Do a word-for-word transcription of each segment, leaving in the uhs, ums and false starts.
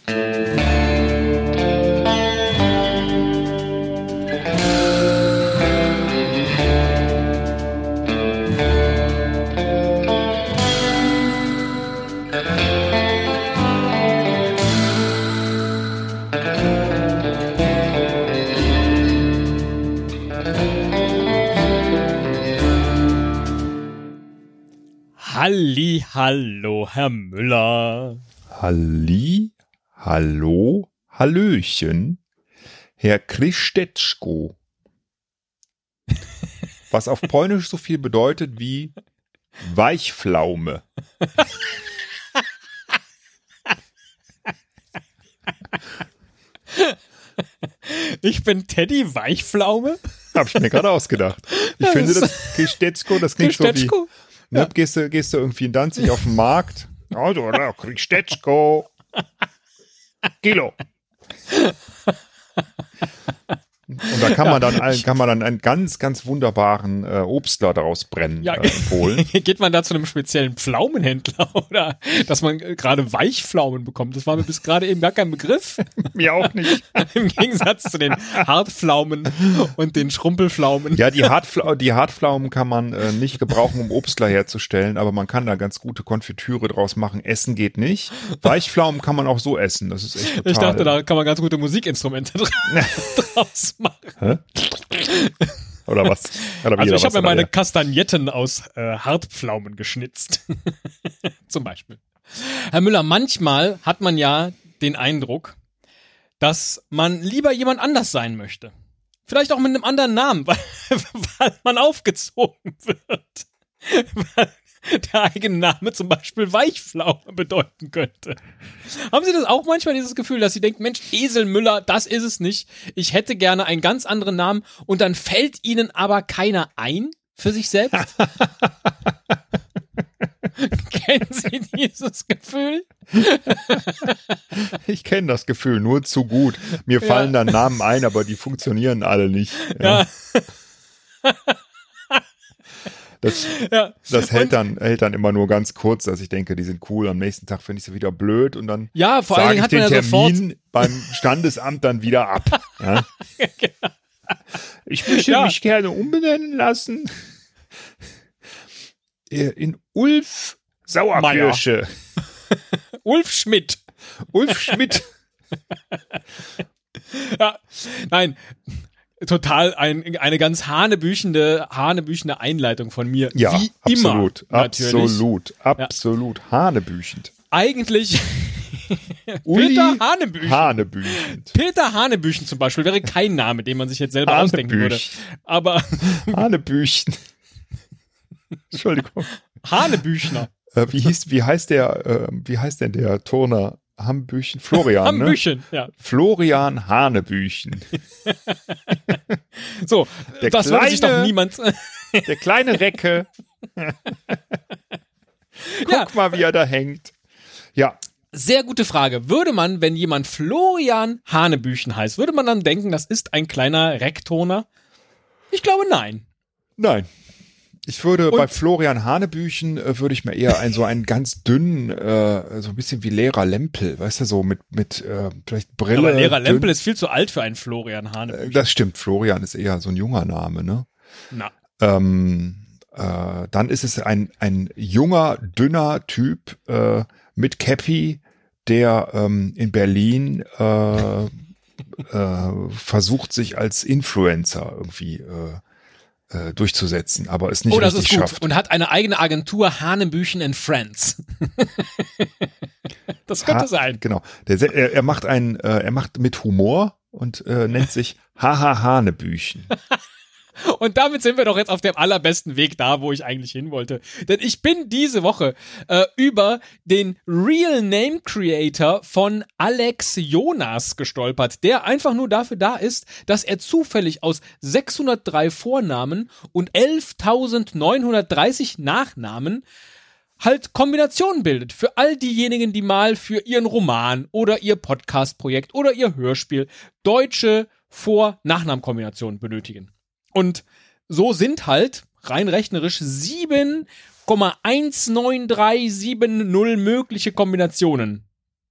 Halli, hallo, Herr Müller. Halli, hallo, hallöchen, Herr Krischtetschko. Was auf Polnisch so viel bedeutet wie Weichpflaume. Ich bin Teddy Weichpflaume? Hab ich mir gerade ausgedacht. Ich Das finde ist- das Krischtetschko, das klingt so wie... Krischtetschko? Ne, Ja. gehst, du, gehst du irgendwie in Danzig auf den Markt? Also, oder? Krischtetschko. Kilo. Und da kann man dann, ein, kann man dann einen ganz, ganz wunderbaren äh, Obstler daraus brennen Ja. äh, in Polen. Geht man da zu einem speziellen Pflaumenhändler oder dass man äh, gerade Weichpflaumen bekommt? Das war mir bis gerade eben gar kein Begriff. Mir auch nicht. Im Gegensatz zu den Hartpflaumen und den Schrumpelpflaumen. Ja, die, Hartpfla die Hartpflaumen kann man äh, nicht gebrauchen, um Obstler herzustellen, aber man kann da ganz gute Konfitüre draus machen. Essen geht nicht. Weichpflaumen kann man auch so essen. Das ist echt total... Ich dachte, da kann man ganz gute Musikinstrumente dra- draus machen. Hä? Oder was? Oder Also wieder ich habe was, mir oder meine wer? Kastagnetten aus äh, Hartpflaumen geschnitzt. Zum Beispiel. Herr Müller, manchmal hat man ja den Eindruck, dass man lieber jemand anders sein möchte. Vielleicht auch mit einem anderen Namen, weil, weil man aufgezogen wird. Weil der eigene Name zum Beispiel Weichpflaume bedeuten könnte. Haben Sie das auch manchmal, dieses Gefühl, dass Sie denken, Mensch, Esel Müller, das ist es nicht. Ich hätte gerne einen ganz anderen Namen und dann fällt Ihnen aber keiner ein für sich selbst? Kennen Sie dieses Gefühl? Ich kenne das Gefühl nur zu gut. Mir Ja. fallen da Namen ein, aber die funktionieren alle nicht. Ja. Das, Ja. das hält, Und- dann, hält dann immer nur ganz kurz, dass ich denke, die sind cool. Am nächsten Tag finde ich sie wieder blöd und dann Ja, vor allen sage Dingen ich hat den man ja sofort. Termin beim Standesamt dann wieder ab. Ja? Ich möchte Ja. mich gerne umbenennen lassen. In Ulf Sauerkirsche. Ulf Schmidt. Ulf Schmidt. Ja, nein, total ein, eine ganz hanebüchende, hanebüchende Einleitung von mir. Ja, Wie absolut. immer, natürlich. Absolut. Absolut. Hanebüchend. Eigentlich Uli Peter Hanebüchen. Hanebüchend. Peter Hanebüchen zum Beispiel wäre kein Name, den man sich jetzt selber ausdenken würde. Hanebüchen. Aber Hanebüchen. Entschuldigung. Hanebüchner. Äh, wie, hieß, wie, heißt der, äh, wie heißt denn der Turner? Hambüchen? Florian, ne? Hanebüchen, ja. Florian Hanebüchen. So, Der das würde sich kleine- doch niemand. Der kleine Recke. Guck Ja. mal, wie er da hängt. Ja, Sehr gute Frage. Würde man, wenn jemand Florian Hanebüchen heißt, würde man dann denken, das ist ein kleiner Recktoner? Ich glaube, nein. nein. Ich würde Und- bei Florian Hanebüchen äh, würde ich mir eher einen so einen ganz dünnen, äh, so ein bisschen wie Lehrer Lempel, weißt du, so mit mit äh, vielleicht Brille. Aber Lehrer dünn. Lempel ist viel zu alt für einen Florian Äh, Hanebüchen. Das stimmt. Florian ist eher so ein junger Name, ne? Na, Ähm, äh, dann ist es ein ein junger, dünner Typ äh, mit Cappy, der ähm, in Berlin äh, äh, versucht, sich als Influencer irgendwie äh, äh, durchzusetzen, aber es nicht oh, das richtig ist gut. schafft. Und hat eine eigene Agentur, Hanebüchen and Friends. Das könnte Ha- sein. Genau. Der, se- er, er macht einen, äh, er macht mit Humor und äh, nennt sich Haha Hanebüchen. Und damit sind wir doch jetzt auf dem allerbesten Weg da, wo ich eigentlich hin wollte. Denn ich bin diese Woche äh, über den Real Name Creator von Alex Jonas gestolpert, der einfach nur dafür da ist, dass er zufällig aus sechshundertdrei Vornamen und elftausendneunhundertdreißig Nachnamen halt Kombinationen bildet für all diejenigen, die mal für ihren Roman oder ihr Podcast-Projekt oder ihr Hörspiel deutsche Vor-Nachnamen-Kombinationen benötigen. Und so sind halt rein rechnerisch sieben Komma eins neun drei sieben null mögliche Kombinationen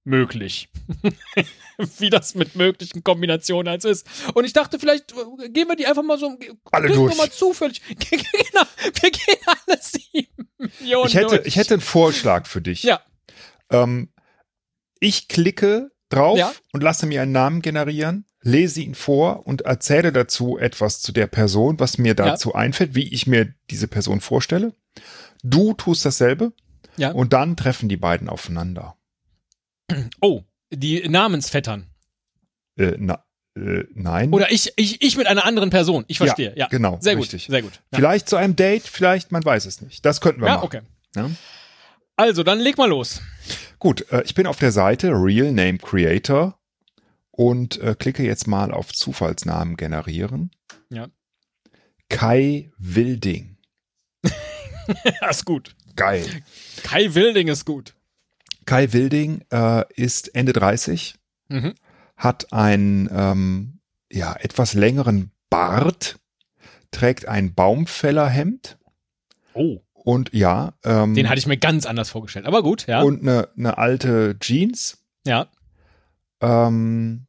möglich. Wie das mit möglichen Kombinationen als ist. Und ich dachte, vielleicht äh, gehen wir die einfach mal so alle durch. durch. Mal zufällig. Genau, wir gehen alle sieben Millionen Ich hätte, durch. ich hätte einen Vorschlag für dich. Ja. Ähm, ich klicke drauf Ja. und lasse mir einen Namen generieren, lese ihn vor und erzähle dazu etwas zu der Person, was mir dazu ja. einfällt, wie ich mir diese Person vorstelle. Du tust dasselbe ja. und dann treffen die beiden aufeinander. Oh, die Namensvettern. Äh, na, äh, nein. Oder ich, ich, ich mit einer anderen Person. Ich verstehe. Ja, ja genau. Sehr richtig. gut, sehr gut. Ja. Vielleicht zu einem Date, vielleicht, man weiß es nicht. Das könnten wir ja, machen. Okay. Ja, okay. Also, dann leg mal los. Gut, äh, ich bin auf der Seite Real Name Creator und äh, klicke jetzt mal auf Zufallsnamen generieren. Ja. Kai Wilding. Das ist gut. Geil. Kai Wilding ist gut. Kai Wilding äh, ist Ende dreißig, mhm. hat einen ähm, ja, etwas längeren Bart, trägt ein Baumfällerhemd. Oh. Und ja. Ähm, Den hatte ich mir ganz anders vorgestellt, aber gut, ja. Und eine, eine alte Jeans. Ja. Ähm,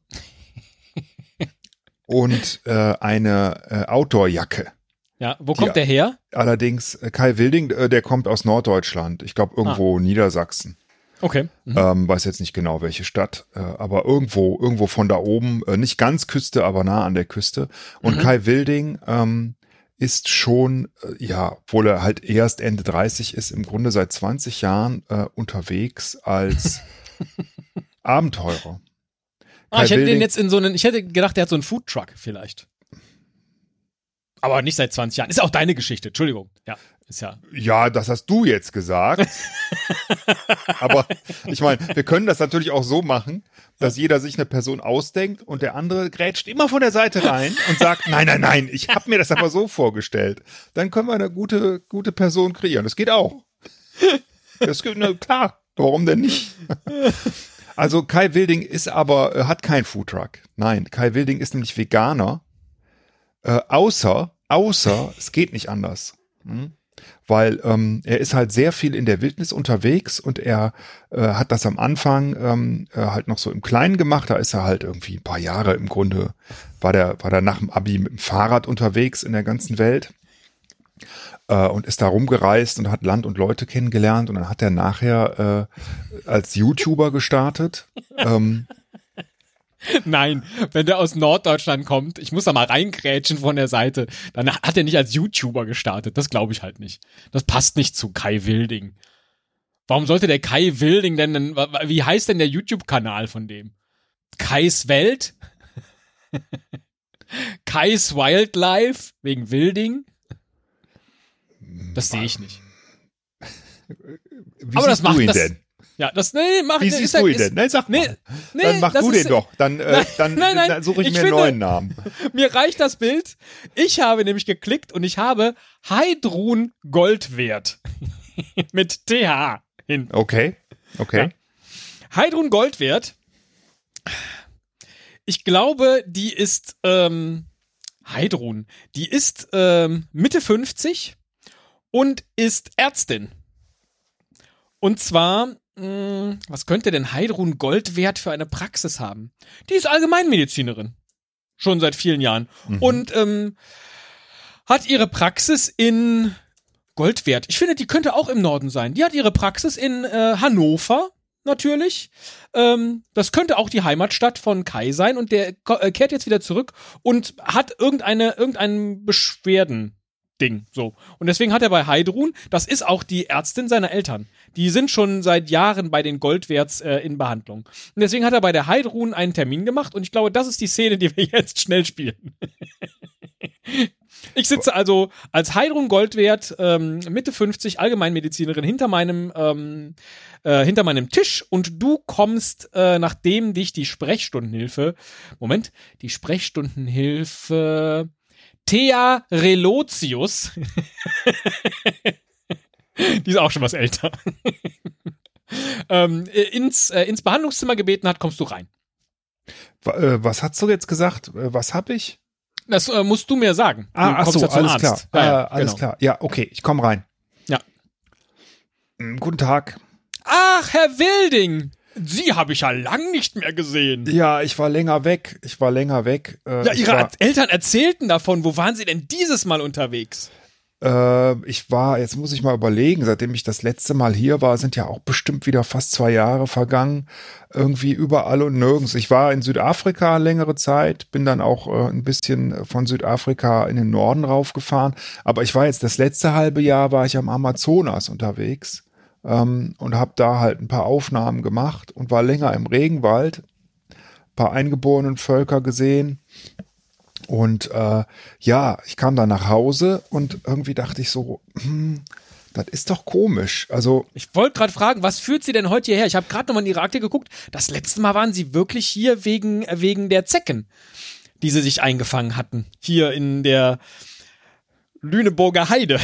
und äh, eine äh, Outdoor-Jacke. Ja, wo kommt der her? Allerdings, äh, Kai Wilding, äh, der kommt aus Norddeutschland. Ich glaube, irgendwo ah. Niedersachsen. Okay. Mhm. Ähm, weiß jetzt nicht genau, welche Stadt, äh, aber irgendwo, irgendwo von da oben, äh, nicht ganz Küste, aber nah an der Küste. Und mhm. Kai Wilding ähm, ist schon, äh, ja, obwohl er halt erst Ende dreißig ist, im Grunde seit zwanzig Jahren äh, unterwegs als Abenteurer. Ah, Kai ich hätte Wilding, den jetzt in so einen, ich hätte gedacht, der hat so einen Foodtruck vielleicht. Aber nicht seit zwanzig Jahren. Ist auch deine Geschichte, Entschuldigung. Ja, ist ja. Ja, das hast du jetzt gesagt. Aber ich meine, wir können das natürlich auch so machen, dass jeder sich eine Person ausdenkt und der andere grätscht immer von der Seite rein und sagt, nein, nein, nein, ich habe mir das aber so vorgestellt. Dann können wir eine gute, gute Person kreieren. Das geht auch. Das geht, na, klar, warum denn nicht? Also Kai Wilding ist aber, hat keinen Foodtruck. Nein, Kai Wilding ist nämlich Veganer. Äh, außer, außer, es geht nicht anders. Hm? Weil ähm, er ist halt sehr viel in der Wildnis unterwegs und er äh, hat das am Anfang ähm, äh, halt noch so im Kleinen gemacht. Da ist er halt irgendwie ein paar Jahre im Grunde, war der, war der nach dem Abi mit dem Fahrrad unterwegs in der ganzen Welt äh, und ist da rumgereist und hat Land und Leute kennengelernt und dann hat er nachher äh, als YouTuber gestartet. ähm, Nein, wenn der aus Norddeutschland kommt, ich muss da mal reingrätschen von der Seite, dann hat er nicht als YouTuber gestartet. Das glaube ich halt nicht. Das passt nicht zu Kai Wilding. Warum sollte der Kai Wilding denn, denn wie heißt denn der YouTube-Kanal von dem? Kais Welt? Kais Wildlife? Wegen Wilding? Das sehe ich nicht. Wie Aber das macht du ihn das, denn? Ja, das, nee, mach Wie ich siehst du ihn denn? Nein, sag mal. Nee, nee, dann mach du den doch. Dann, äh, nein, dann, nein, nein, dann suche ich, ich mir finde, einen neuen Namen. Mir reicht das Bild. Ich habe nämlich geklickt und ich habe Heidrun Goldwert mit T H hin. Okay, okay. Ja. Heidrun Goldwert. Ich glaube, die ist, ähm, Heidrun, die ist ähm, Mitte fünfzig und ist Ärztin. Und zwar, mh, was könnte denn Heidrun Goldwert für eine Praxis haben? Die ist Allgemeinmedizinerin. Schon seit vielen Jahren. Mhm. Und ähm, hat ihre Praxis in Goldwert. Ich finde, die könnte auch im Norden sein. Die hat ihre Praxis in äh, Hannover, natürlich. Ähm, das könnte auch die Heimatstadt von Kai sein. Und der äh, kehrt jetzt wieder zurück und hat irgendeine, irgendeinen Beschwerden. Ding, so. Und deswegen hat er bei Heidrun, das ist auch die Ärztin seiner Eltern. Die sind schon seit Jahren bei den Goldwerts äh, in Behandlung. Und deswegen hat er bei der Heidrun einen Termin gemacht und ich glaube, das ist die Szene, die wir jetzt schnell spielen. Ich sitze also als Heidrun Goldwert, ähm, Mitte fünfzig, Allgemeinmedizinerin, hinter meinem, ähm, äh, hinter meinem Tisch und du kommst, äh, nachdem dich die Sprechstundenhilfe, Moment, die Sprechstundenhilfe Thea Relotius. Die ist auch schon was älter. ähm, ins, äh, ins Behandlungszimmer gebeten hat, kommst du rein. Was hast du jetzt gesagt? Was hab ich? Das äh, musst du mir sagen. Du ah, ach so, ja alles Arzt. klar. Ja, ja, äh, alles genau. klar. Ja, okay, ich komme rein. Ja. Hm, guten Tag. Ach, Herr Wilding. Sie habe ich ja lang nicht mehr gesehen. Ja, ich war länger weg. Ich war länger weg. Äh, Ja, ich Ihre war, Eltern erzählten davon. Wo waren Sie denn dieses Mal unterwegs? äh, ich war, jetzt muss ich mal überlegen, seitdem ich das letzte Mal hier war, sind ja auch bestimmt wieder fast zwei Jahre vergangen. Irgendwie überall und nirgends. Ich war in Südafrika längere Zeit, bin dann auch äh, ein bisschen von Südafrika in den Norden raufgefahren. Aber ich war jetzt das letzte halbe Jahr, war ich am Amazonas unterwegs. Ähm, und habe da halt ein paar Aufnahmen gemacht und war länger im Regenwald, ein paar eingeborenen Völker gesehen und äh, ja, ich kam dann nach Hause und irgendwie dachte ich so, hm, das ist doch komisch. Also Ich wollte gerade fragen, was führt Sie denn heute hierher? Ich habe gerade nochmal in Ihre Akte geguckt. Das letzte Mal waren Sie wirklich hier wegen, wegen der Zecken, die Sie sich eingefangen hatten. Hier in der Lüneburger Heide.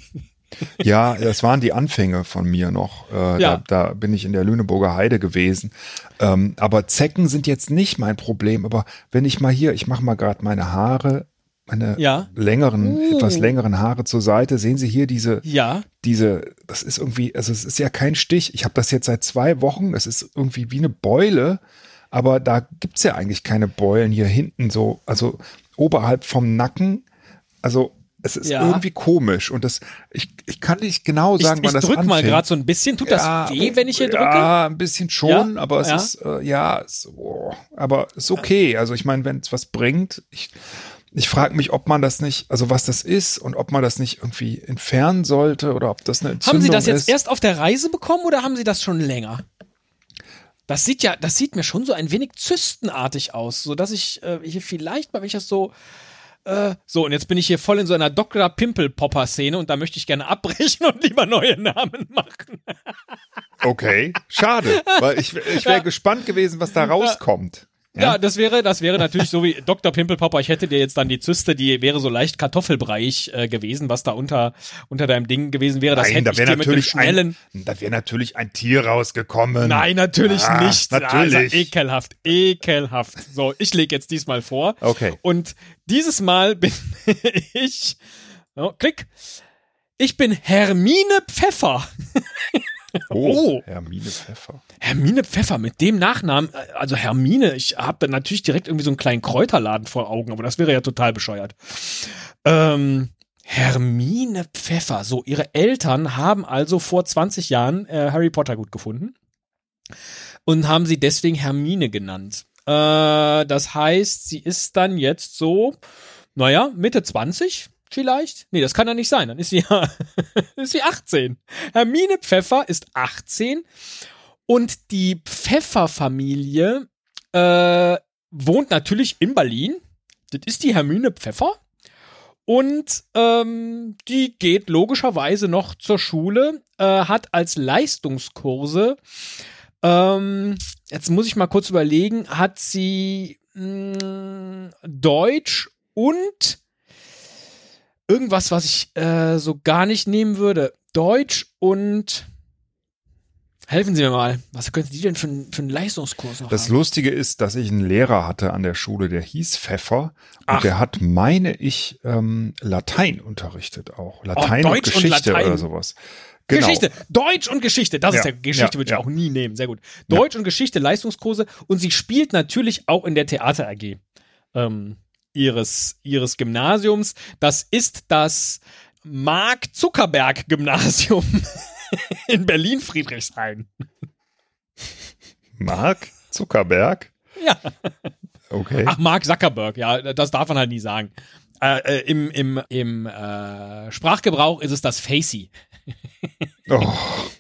ja, das waren die Anfänge von mir noch. Äh, Ja. da, da bin ich in der Lüneburger Heide gewesen. Ähm, aber Zecken sind jetzt nicht mein Problem. Aber wenn ich mal hier, ich mache mal gerade meine Haare, meine Ja. längeren, Uh. etwas längeren Haare zur Seite. Sehen Sie hier diese, Ja. diese, das ist irgendwie, also es ist ja kein Stich. Ich habe das jetzt seit zwei Wochen. Es ist irgendwie wie eine Beule. Aber da gibt's ja eigentlich keine Beulen hier hinten so, also oberhalb vom Nacken. Also es ist Ja. irgendwie komisch und das, ich, ich kann nicht genau Ich, sagen, ich wann das drück mal anfängt. gerade so ein bisschen. Tut das Ja, weh, wenn ich hier drücke? Ja, ein bisschen schon, Ja, aber es ja. ist, äh, ja, es, oh, aber ist okay. Also ich meine, wenn es was bringt, ich, ich frage mich, ob man das nicht, also was das ist und ob man das nicht irgendwie entfernen sollte oder ob das eine Entzündung Haben Sie das jetzt ist. erst auf der Reise bekommen oder haben Sie das schon länger? Das sieht ja, das sieht mir schon so ein wenig zystenartig aus, so dass ich äh, hier vielleicht mal, wenn ich das so äh, so, und jetzt bin ich hier voll in so einer Doktor Pimpel-Popper-Szene und da möchte ich gerne abbrechen und lieber neue Namen machen. Okay, schade, weil ich, ich wäre Ja. gespannt gewesen, was da rauskommt. Ja, das wäre, das wäre natürlich so wie Doktor Pimpelpopper. Ich hätte dir jetzt dann die Zyste, die wäre so leicht kartoffelbreiig äh, gewesen, was da unter unter deinem Ding gewesen wäre. Das Nein, hätte da ich wäre dir mit einem natürlich schnellen. ein, da wäre natürlich ein Tier rausgekommen. Nein, natürlich Ah, nicht. natürlich. Also, ekelhaft, ekelhaft. So, ich lege jetzt diesmal vor. Okay. Und dieses Mal bin ich, oh, klick, ich bin Hermine Pfeffer. Oh, Hermine Pfeffer. Hermine Pfeffer mit dem Nachnamen, also Hermine, ich habe natürlich direkt irgendwie so einen kleinen Kräuterladen vor Augen, aber das wäre ja total bescheuert. Ähm, Hermine Pfeffer, so, ihre Eltern haben also vor zwanzig Jahren äh, Harry Potter gut gefunden und haben sie deswegen Hermine genannt. Äh, das heißt, sie ist dann jetzt so, naja, Mitte zwanzig vielleicht? Nee, das kann ja nicht sein, dann ist sie ja ist sie achtzehn. Hermine Pfeffer ist achtzehn und die Pfeffer-Familie äh, wohnt natürlich in Berlin. Das ist die Hermine Pfeffer. Und ähm, die geht logischerweise noch zur Schule, äh, hat als Leistungskurse, ähm, jetzt muss ich mal kurz überlegen, hat sie mh, Deutsch und irgendwas, was ich äh, so gar nicht nehmen würde. Deutsch und helfen Sie mir mal. Was könnten die denn für, ein- für einen Leistungskurs noch Das haben? Lustige ist, dass ich einen Lehrer hatte an der Schule, der hieß Pfeffer und Ach. der hat, meine ich, ähm, Latein unterrichtet auch. Latein Oh, und Deutsch und Geschichte Latein. oder sowas. Genau. Geschichte, Deutsch und Geschichte, das Ja, ist ja Geschichte, ja, würde ich ja. auch nie nehmen, sehr gut. Deutsch und Geschichte, Leistungskurse und sie spielt natürlich auch in der Theater A G ähm, ihres, ihres Gymnasiums. Das ist das Mark Zuckerberg Gymnasium in Berlin-Friedrichshain. Mark Zuckerberg. Ja. Okay. Ach, Mark Zuckerberg, ja, das darf man halt nie sagen. Äh, äh, Im im, im äh, Sprachgebrauch ist es das Facey. Oh.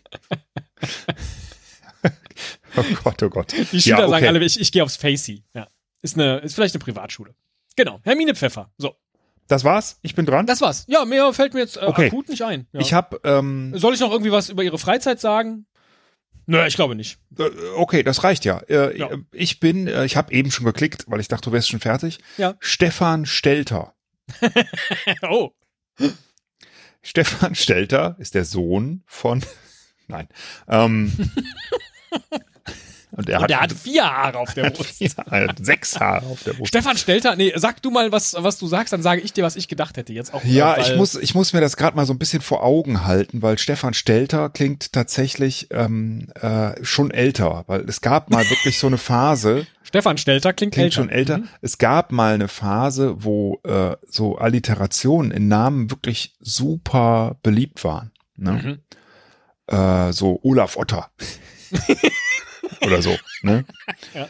Oh Gott, oh Gott. Die Schüler Ja, okay. sagen alle, ich, ich gehe aufs Facey. Ja. Ist, eine, ist vielleicht eine Privatschule. Genau, Hermine Pfeffer. So, Das war's? Ich bin dran? das war's. Ja, mehr fällt mir jetzt äh, Okay. akut nicht ein. Ja. Ich habe, ähm, Soll ich noch irgendwie was über Ihre Freizeit sagen? Nö, ich glaube nicht. äh, okay, das reicht ja. Äh, Ja. Ich bin, äh, ich habe eben schon geklickt, weil ich dachte, du wärst schon fertig. Ja. Stefan Stelter. Oh, Stefan Stelter ist der Sohn von, nein, ähm, Und er Und hat, der hat vier Haare auf der Brust. ja, er hat sechs Haare auf der Brust. Stefan Stelter, nee, sag du mal, was, was du sagst, dann sage ich dir, was ich gedacht hätte. Jetzt auch. Ja, weil, ich muss, ich muss mir das gerade mal so ein bisschen vor Augen halten, weil Stefan Stelter klingt tatsächlich ähm, äh, schon älter, weil es gab mal wirklich so eine Phase. Stefan Stelter klingt, Klingt älter. schon älter. Mhm. Es gab mal eine Phase, wo äh, so Alliterationen in Namen wirklich super beliebt waren. Ne? Mhm. Äh, so Olaf Otter. Oder so. Ne? Ja.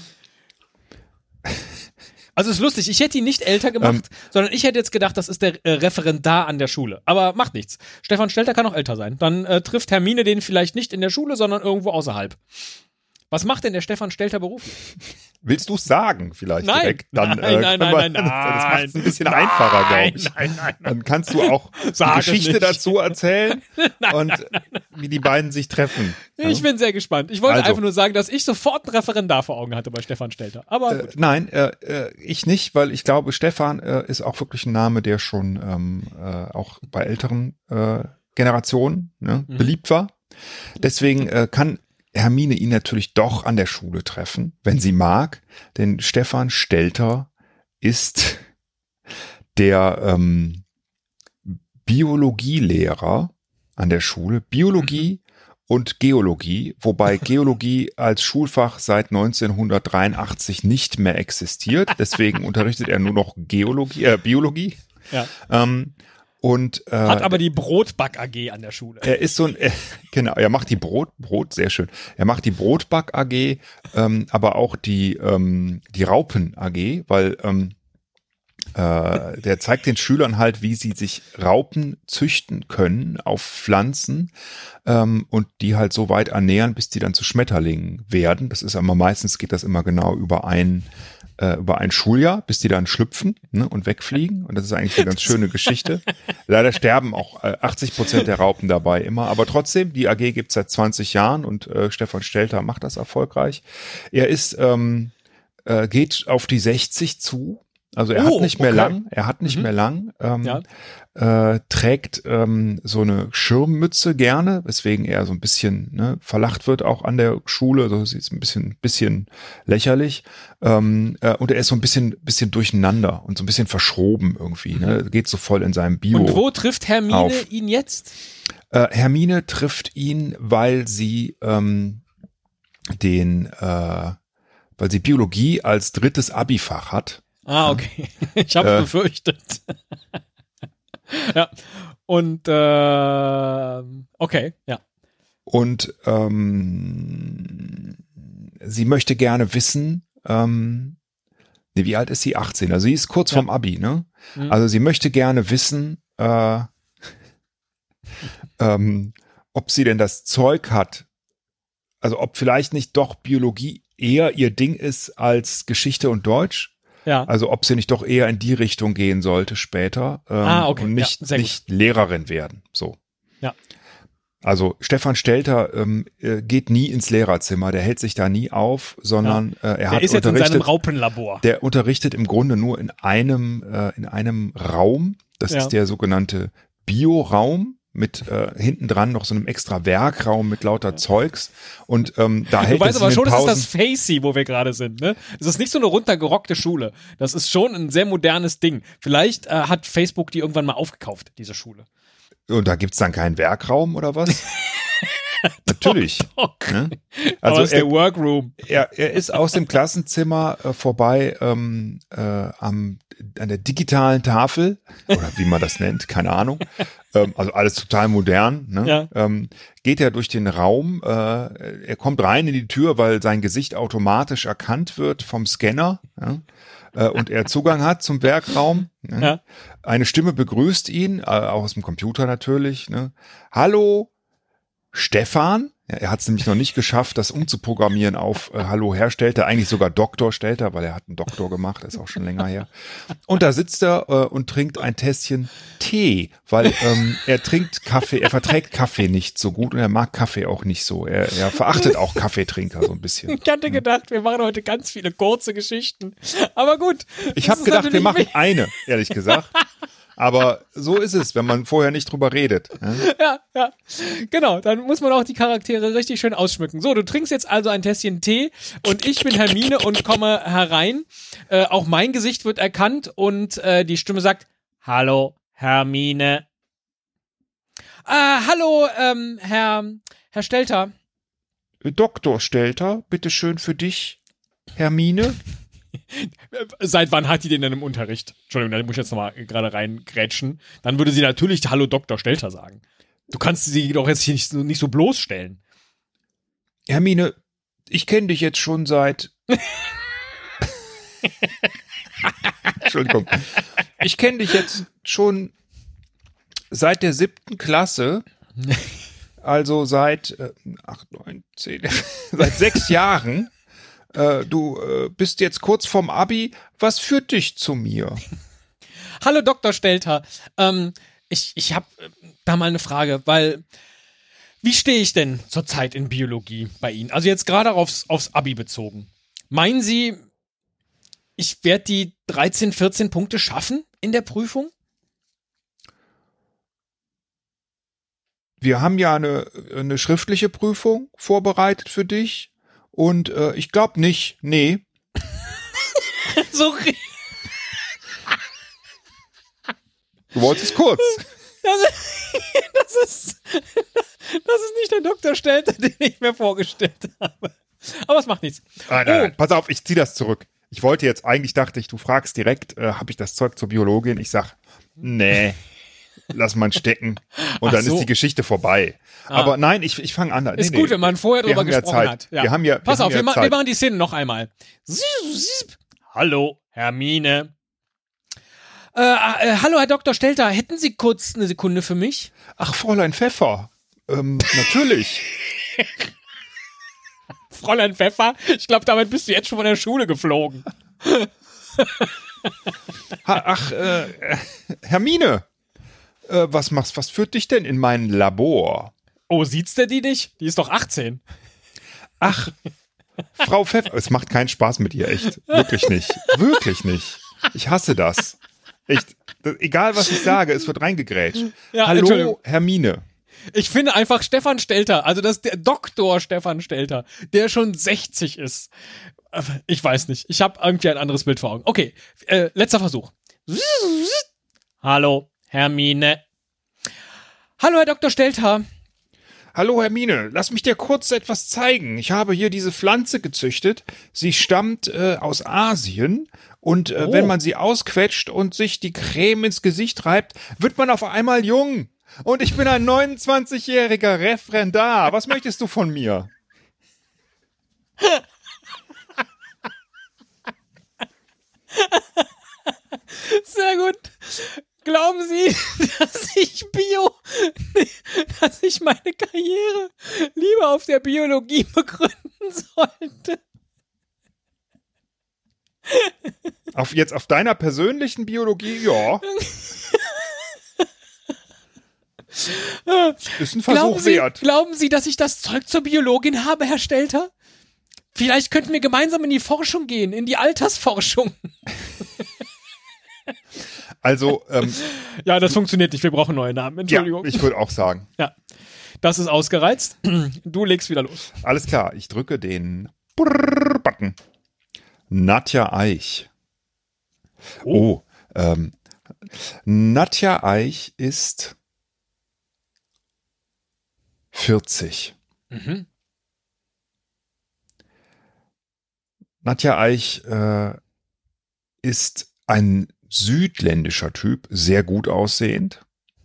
Also ist lustig, ich hätte ihn nicht älter gemacht, ähm, sondern ich hätte jetzt gedacht, das ist der äh, Referendar an der Schule. Aber macht nichts. Stefan Stelter kann auch älter sein. Dann äh, trifft Hermine den vielleicht nicht in der Schule, sondern irgendwo außerhalb. Was macht denn der Stefan Stelter beruflich? Willst du es sagen vielleicht nein, direkt? Dann, nein, äh, nein, wir, nein, nein, das macht es ein bisschen nein, einfacher, glaube ich. Nein, nein, nein. Dann kannst du auch Sag die Geschichte nicht. dazu erzählen nein, und nein, nein. wie die beiden sich treffen. Ich bin sehr gespannt. Ich wollte Also. einfach nur sagen, dass ich sofort einen Referendar vor Augen hatte bei Stefan Stelter. Aber Äh, nein, äh, äh, ich nicht, weil ich glaube, Stefan äh, ist auch wirklich ein Name, der schon ähm, äh, auch bei älteren äh, Generationen ne, Mhm. beliebt war. Deswegen äh, kann Hermine ihn natürlich doch an der Schule treffen, wenn sie mag, denn Stefan Stelter ist der ähm, Biologielehrer an der Schule, Biologie und Geologie, wobei Geologie als Schulfach seit neunzehnhundertdreiundachtzig nicht mehr existiert, deswegen unterrichtet er nur noch Geologie, äh, Biologie. ja. Ähm, Und, äh, Hat aber die Brotback-A G an der Schule. er ist so ein, äh, genau, er macht die Brot, Brot, sehr schön. Er macht die Brotback-A G, ähm, aber auch die, ähm, die Raupen-A G, weil ähm, äh, der zeigt den Schülern halt, wie sie sich Raupen züchten können auf Pflanzen ähm, und die halt so weit ernähren, bis die dann zu Schmetterlingen werden. Das ist aber meistens geht das immer genau über ein äh, über ein Schuljahr, bis die dann schlüpfen ne, und wegfliegen. Und das ist eigentlich eine ganz schöne Geschichte. Leider sterben auch äh, achtzig Prozent der Raupen dabei immer. Aber trotzdem, die A G gibt's seit zwanzig Jahren und äh, Stefan Stelter macht das erfolgreich. Er ist ähm, äh, geht auf die sechzig zu. Also er Oh, hat nicht mehr okay. lang, er hat nicht Mhm. mehr lang, ähm, Ja. äh, trägt ähm, so eine Schirmmütze gerne, weswegen er so ein bisschen ne, verlacht wird auch an der Schule, so ist ein bisschen, bisschen lächerlich. Ähm, äh, und er ist so ein bisschen, bisschen durcheinander und so ein bisschen verschroben irgendwie, ne? Geht so voll in seinem Bio. Und wo trifft Hermine auf. ihn jetzt? Äh, Hermine trifft ihn, weil sie ähm, den, äh, weil sie Biologie als drittes Abifach hat. Ah, okay. Ich habe Äh. befürchtet. ja. Und äh, okay, ja. Und ähm, sie möchte gerne wissen, ähm, nee, wie alt ist sie? achtzehn. Also sie ist kurz Ja. vorm Abi, ne? Mhm. Also sie möchte gerne wissen, äh, ähm, ob sie denn das Zeug hat, also ob vielleicht nicht doch Biologie eher ihr Ding ist als Geschichte und Deutsch. Ja. Also ob sie nicht doch eher in die Richtung gehen sollte später ähm, Ah, okay. und nicht, Ja, sehr gut. nicht Lehrerin werden. So. Ja. Also Stefan Stelter ähm, äh, geht nie ins Lehrerzimmer, der hält sich da nie auf, sondern äh, er Der hat ist jetzt in seinem unterrichtet. Raupenlabor. Der unterrichtet im Grunde nur in einem äh, in einem Raum. Das Ja. ist der sogenannte Bioraum mit äh, hinten dran noch so einem extra Werkraum mit lauter Zeugs und ähm, da hält Du weißt es aber in den schon, das ist Pausen. das Facey, wo wir gerade sind, ne? Das ist nicht so eine runtergerockte Schule. Das ist schon ein sehr modernes Ding. Vielleicht äh, hat Facebook die irgendwann mal aufgekauft, diese Schule. Und da gibt's dann keinen Werkraum oder was? Natürlich. Doch. Ne? Also Also ist der er, Workroom. er, er ist aus dem Klassenzimmer äh, vorbei ähm, äh, am, an der digitalen Tafel oder wie man das nennt, keine Ahnung. Ähm, also alles total modern. Ne? Ja. Ähm, geht er durch den Raum. Äh, er kommt rein in die Tür, weil sein Gesicht automatisch erkannt wird vom Scanner. Ja? Äh, und er Zugang hat zum Werkraum. Ne? Ja. Eine Stimme begrüßt ihn, äh, auch aus dem Computer natürlich. Ne? Hallo, Stefan? Ja, er hat es nämlich noch nicht geschafft, das umzuprogrammieren auf äh, Hallo Herr Stelter, eigentlich sogar Doktor Stelter, weil er hat einen Doktor gemacht, ist auch schon länger her. Und da sitzt er äh, und trinkt ein Tässchen Tee, weil ähm, er trinkt Kaffee, er verträgt Kaffee nicht so gut und er mag Kaffee auch nicht so. Er, er verachtet auch Kaffeetrinker so ein bisschen. Ich hatte gedacht, wir machen heute ganz viele kurze Geschichten. Aber gut. Ich das habe ist gedacht, wir natürlich machen wichtig. eine, ehrlich gesagt. Aber so ist es, wenn man vorher nicht drüber redet. Ne? Ja, ja, genau. Dann muss man auch die Charaktere richtig schön ausschmücken. So, du trinkst jetzt also ein Tässchen Tee und ich bin Hermine und komme herein. Äh, auch mein Gesicht wird erkannt und äh, die Stimme sagt, hallo, Hermine. Äh, hallo, ähm, Herr, Herr Stelter. Doktor Stelter, bitteschön für dich, Hermine. Seit wann hat die den denn im Unterricht? Entschuldigung, da muss ich jetzt nochmal gerade reingrätschen. Dann würde sie natürlich Hallo Doktor Stelter sagen. Du kannst sie doch jetzt hier nicht so, nicht so bloßstellen. Hermine, ich kenne dich jetzt schon seit... Entschuldigung. Ich kenne dich jetzt schon seit der siebten Klasse. Also seit äh, acht, neun, zehn, seit sechs Jahren. Äh, du äh, bist jetzt kurz vorm Abi. Was führt dich zu mir? Hallo Doktor Stelter. Ähm, ich ich habe äh, da mal eine Frage, weil wie stehe ich denn zurzeit in Biologie bei Ihnen? Also jetzt gerade aufs, aufs Abi bezogen. Meinen Sie, ich werde die dreizehn, vierzehn Punkte schaffen in der Prüfung? Wir haben ja eine, eine schriftliche Prüfung vorbereitet für dich und äh, ich glaube nicht, nee. So. Du wolltest es kurz. Das, das, ist, das ist nicht der Doktor Stelter, den ich mir vorgestellt habe. Aber es macht nichts. Ah, nein, nein, pass auf, ich zieh das zurück. Ich wollte jetzt, eigentlich dachte ich, du fragst direkt, äh, habe ich das Zeug zur Biologin? Ich sag, nee. Lass mal stecken und Ach dann so. ist die Geschichte vorbei. Ah. Aber nein, ich, ich fange an. Nee, Ist nee. gut, wenn man vorher Wir drüber haben ja gesprochen Zeit. hat. Ja. Wir haben ja, Pass wir auf, haben wir, ja ma Zeit. wir machen die Szene noch einmal. Hallo, Hermine. Äh, äh, hallo, Herr Doktor Stelter, hätten Sie kurz eine Sekunde für mich? Ach, Fräulein Pfeffer. Ähm, natürlich. Fräulein Pfeffer, ich glaube, damit bist du jetzt schon von der Schule geflogen. Ha, ach, äh, Hermine. Äh, was machst, was führt dich denn in mein Labor? Oh, sieht's der die nicht? Die ist doch achtzehn. Ach, Frau Pfeffer. Es macht keinen Spaß mit ihr, echt. Wirklich nicht. Wirklich nicht. Ich hasse das. Echt. Egal, was ich sage, es wird reingegrätscht. Ja, Hallo, Entschuldigung. Hermine. Ich finde einfach Stefan Stelter, also das ist der Doktor Stefan Stelter, der schon sechzig ist. Ich weiß nicht. Ich habe irgendwie ein anderes Bild vor Augen. Okay, äh, letzter Versuch. Hallo, Hermine. Hallo, Herr Doktor Stelter. Hallo Hermine, lass mich dir kurz etwas zeigen. Ich habe hier diese Pflanze gezüchtet. Sie stammt äh, aus Asien und äh, Oh. wenn man sie ausquetscht und sich die Creme ins Gesicht reibt, wird man auf einmal jung. Und ich bin ein neunundzwanzigjähriger Referendar. Was möchtest du von mir? Sehr gut. Glauben Sie, dass ich Bio, dass ich meine Karriere lieber auf der Biologie begründen sollte? Auf jetzt auf deiner persönlichen Biologie? Ja. Ist ein Versuch Glauben Sie, wert. glauben Sie, dass ich das Zeug zur Biologin habe, Herr Stelter? Vielleicht könnten wir gemeinsam in die Forschung gehen, in die Altersforschung. Also, ähm, Ja, das funktioniert nicht. Wir brauchen neue Namen. ja, Entschuldigung. ich würde auch sagen. Ja, das ist ausgereizt. Du legst wieder los. Alles klar, ich drücke den Brrr-Button. Nadja Eich. Oh, ähm, Nadja Eich ist vierzig. Mhm. Nadja Eich äh, ist ein südländischer Typ, sehr gut aussehend.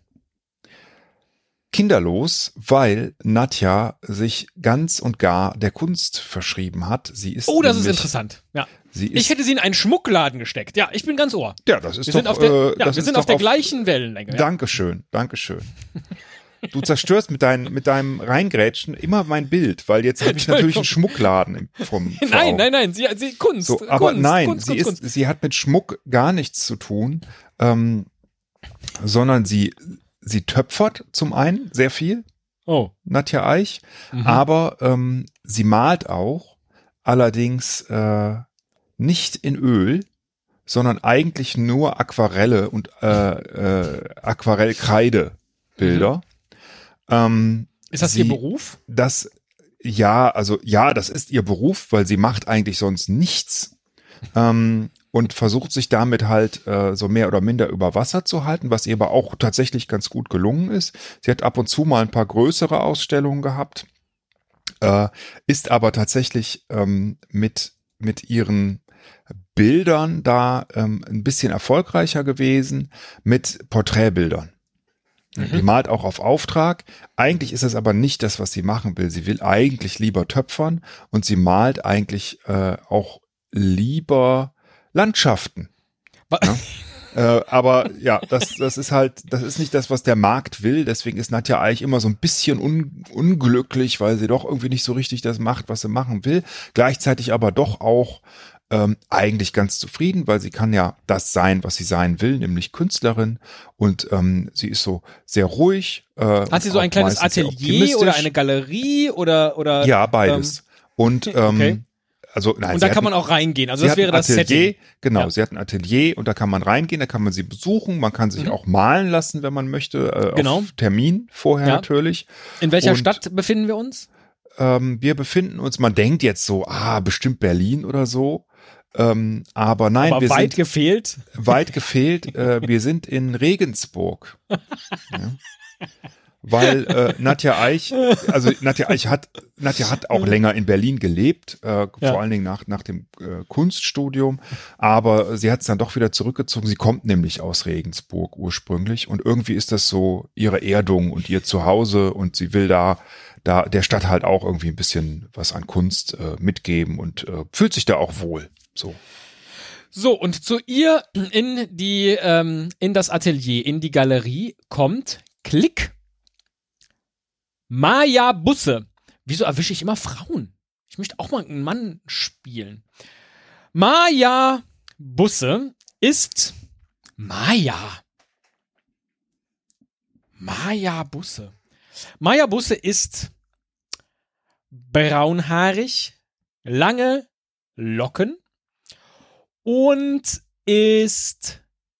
Kinderlos, weil Nadja sich ganz und gar der Kunst verschrieben hat. Sie ist Oh, das ist nämlich- interessant. Ja. Sie ist, Ich hätte sie in einen Schmuckladen gesteckt. Ja, ich bin ganz ohr. ja, das ist Wir doch, sind auf der, äh, ja, das wir ist sind doch auf der gleichen Wellenlänge. Ja. Dankeschön, Dankeschön. Du zerstörst mit, dein, mit deinem Reingrätschen immer mein Bild, weil jetzt habe ich natürlich einen Schmuckladen im, vom vor Nein, Augen. nein, nein, sie, sie Kunst. So, aber Kunst, nein, Kunst, sie, Kunst, ist, Kunst. sie hat mit Schmuck gar nichts zu tun, ähm, sondern sie, sie töpfert zum einen sehr viel, Oh. Nadja Eich, Mhm. aber ähm, sie malt auch, allerdings äh, nicht in Öl, sondern eigentlich nur Aquarelle und äh, äh, Aquarellkreidebilder. Mhm. Ähm, ist das sie, ihr Beruf? Das, ja, also ja, das ist ihr Beruf, weil sie macht eigentlich sonst nichts. Ähm, und versucht sich damit halt äh, so mehr oder minder über Wasser zu halten, was ihr aber auch tatsächlich ganz gut gelungen ist. Sie hat ab und zu mal ein paar größere Ausstellungen gehabt, äh, ist aber tatsächlich ähm, mit, mit ihren Bildern da ähm, ein bisschen erfolgreicher gewesen, mit Porträtbildern. Mhm. Die malt auch auf Auftrag. Eigentlich ist es aber nicht das, was sie machen will. Sie will eigentlich lieber töpfern und sie malt eigentlich äh, auch lieber Landschaften. Ja? äh, aber ja, das, das ist halt, das ist nicht das, was der Markt will. Deswegen ist Nadja Eich immer so ein bisschen un, unglücklich, weil sie doch irgendwie nicht so richtig das macht, was sie machen will. Gleichzeitig aber doch auch ähm, eigentlich ganz zufrieden, weil sie kann ja das sein, was sie sein will, nämlich Künstlerin. Und ähm, sie ist so sehr ruhig. Äh, Hat sie so ein kleines Atelier oder eine Galerie oder oder? Ja, beides. Ähm, und ähm, okay. Also, nein, und da kann hat, man auch reingehen. Also das wäre das Atelier, Setting. Genau, ja. Sie hat ein Atelier und da kann man reingehen, da kann man sie besuchen, man kann sich mhm. auch malen lassen, wenn man möchte, äh, genau. auf Termin vorher ja. natürlich. In welcher und, Stadt befinden wir uns? Ähm, wir befinden uns, man denkt jetzt so, ah, bestimmt Berlin oder so. Ähm, aber nein, aber wir weit sind gefehlt. Weit gefehlt. äh, wir sind in Regensburg. Ja. Weil äh, Nadja Eich, also Nadja Eich hat, Nadja hat auch länger in Berlin gelebt, äh, ja. vor allen Dingen nach, nach dem äh, Kunststudium, aber sie hat es dann doch wieder zurückgezogen. Sie kommt nämlich aus Regensburg ursprünglich und irgendwie ist das so ihre Erdung und ihr Zuhause und sie will da, da der Stadt halt auch irgendwie ein bisschen was an Kunst äh, mitgeben und äh, fühlt sich da auch wohl. So. So, und zu ihr in die, ähm, in das Atelier, in die Galerie kommt Klick. Maja Busse. Wieso erwische ich immer Frauen? Ich möchte auch mal einen Mann spielen. Maja Busse ist Maja. Maja Busse. Maja Busse ist braunhaarig, lange Locken und ist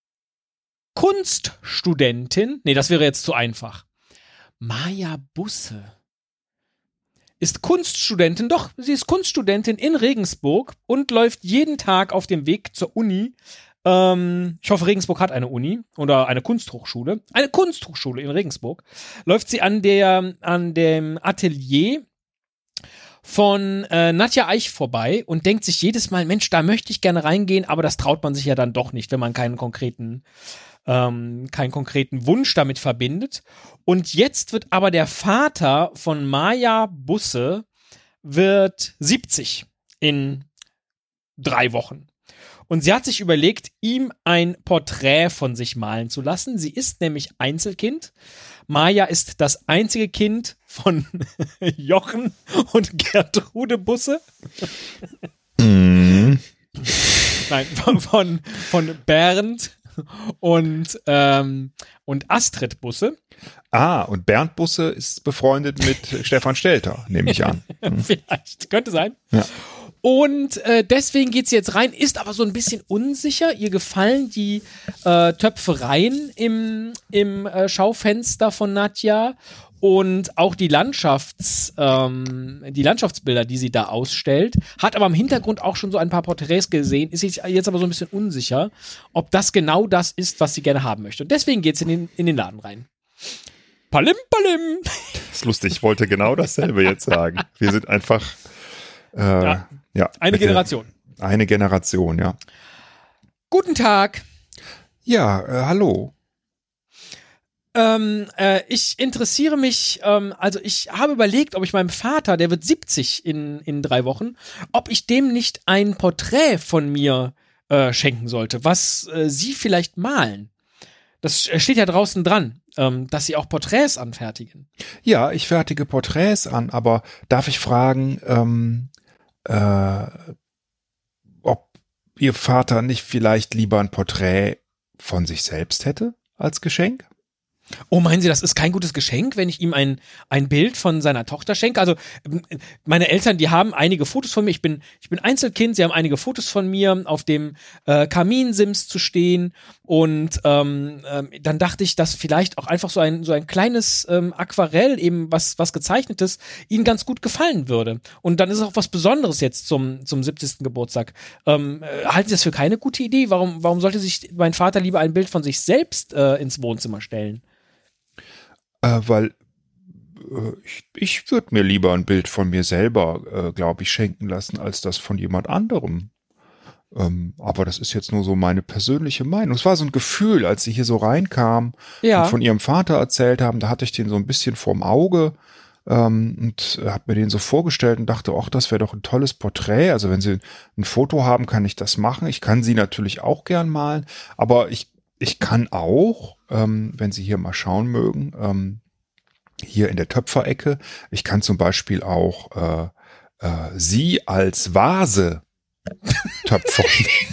Kunststudentin. Nee, das wäre jetzt zu einfach. Maja Busse ist Kunststudentin, doch, sie ist Kunststudentin in Regensburg und läuft jeden Tag auf dem Weg zur Uni. Ähm, ich hoffe, Regensburg hat eine Uni oder eine Kunsthochschule. Eine Kunsthochschule in Regensburg. Läuft sie an der, an dem Atelier von äh, Nadja Eich vorbei und denkt sich jedes Mal, Mensch, da möchte ich gerne reingehen, aber das traut man sich ja dann doch nicht, wenn man keinen konkreten Ähm, keinen konkreten Wunsch damit verbindet. Und jetzt wird aber der Vater von Maja Busse wird siebzig in drei Wochen. Und sie hat sich überlegt, ihm ein Porträt von sich malen zu lassen. Sie ist nämlich Einzelkind. Maja ist das einzige Kind von Jochen und Gertrude Busse. Mm. Nein, von, von, von Bernd und, ähm, und Astrid Busse. Ah, und Bernd Busse ist befreundet mit Stefan Stelter, nehme ich an. Hm. Vielleicht, könnte sein. Ja. Und äh, deswegen geht sie jetzt rein, ist aber so ein bisschen unsicher. Ihr gefallen die äh, Töpfereien im, im äh, Schaufenster von Nadja und auch die Landschafts, ähm, die Landschaftsbilder, die sie da ausstellt. Hat aber im Hintergrund auch schon so ein paar Porträts gesehen, ist jetzt aber so ein bisschen unsicher, ob das genau das ist, was sie gerne haben möchte. Und deswegen geht sie in den, in den Laden rein. Palim, palim. Das ist lustig, ich wollte genau dasselbe jetzt sagen. Wir sind einfach äh, ja, ja, eine Generation. Eine Generation, ja. Guten Tag. Ja, äh, hallo. Ähm, äh, ich interessiere mich, ähm, also ich habe überlegt, ob ich meinem Vater, der wird siebzig in, in drei Wochen, ob ich dem nicht ein Porträt von mir äh, schenken sollte, was äh, Sie vielleicht malen. Das steht ja draußen dran, ähm, dass Sie auch Porträts anfertigen. Ja, ich fertige Porträts an, aber darf ich fragen, ähm, äh, ob Ihr Vater nicht vielleicht lieber ein Porträt von sich selbst hätte als Geschenk? Oh, meinen Sie, das ist kein gutes Geschenk, wenn ich ihm ein, ein Bild von seiner Tochter schenke? Also meine Eltern, die haben einige Fotos von mir. Ich bin, ich bin Einzelkind, sie haben einige Fotos von mir auf dem äh, Kaminsims zu stehen. Und ähm, ähm, dann dachte ich, dass vielleicht auch einfach so ein, so ein kleines ähm, Aquarell, eben was, was gezeichnetes, ihnen ganz gut gefallen würde. Und dann ist es auch was Besonderes jetzt zum, zum siebzigsten Geburtstag. Ähm, äh, halten Sie das für keine gute Idee? Warum, warum sollte sich mein Vater lieber ein Bild von sich selbst äh, ins Wohnzimmer stellen? Äh, weil äh, ich, ich würde mir lieber ein Bild von mir selber, äh, glaube ich, schenken lassen, als das von jemand anderem. Ähm, aber das ist jetzt nur so meine persönliche Meinung. Es war so ein Gefühl, als sie hier so reinkam Ja. und von ihrem Vater erzählt haben, da hatte ich den so ein bisschen vorm Auge ähm, und habe mir den so vorgestellt und dachte, ach, das wäre doch ein tolles Porträt. Also wenn sie ein Foto haben, kann ich das machen. Ich kann sie natürlich auch gern malen, aber ich Ich kann auch, ähm, wenn Sie hier mal schauen mögen, ähm, hier in der Töpferecke, ich kann zum Beispiel auch äh, äh, Sie als Vase töpfern.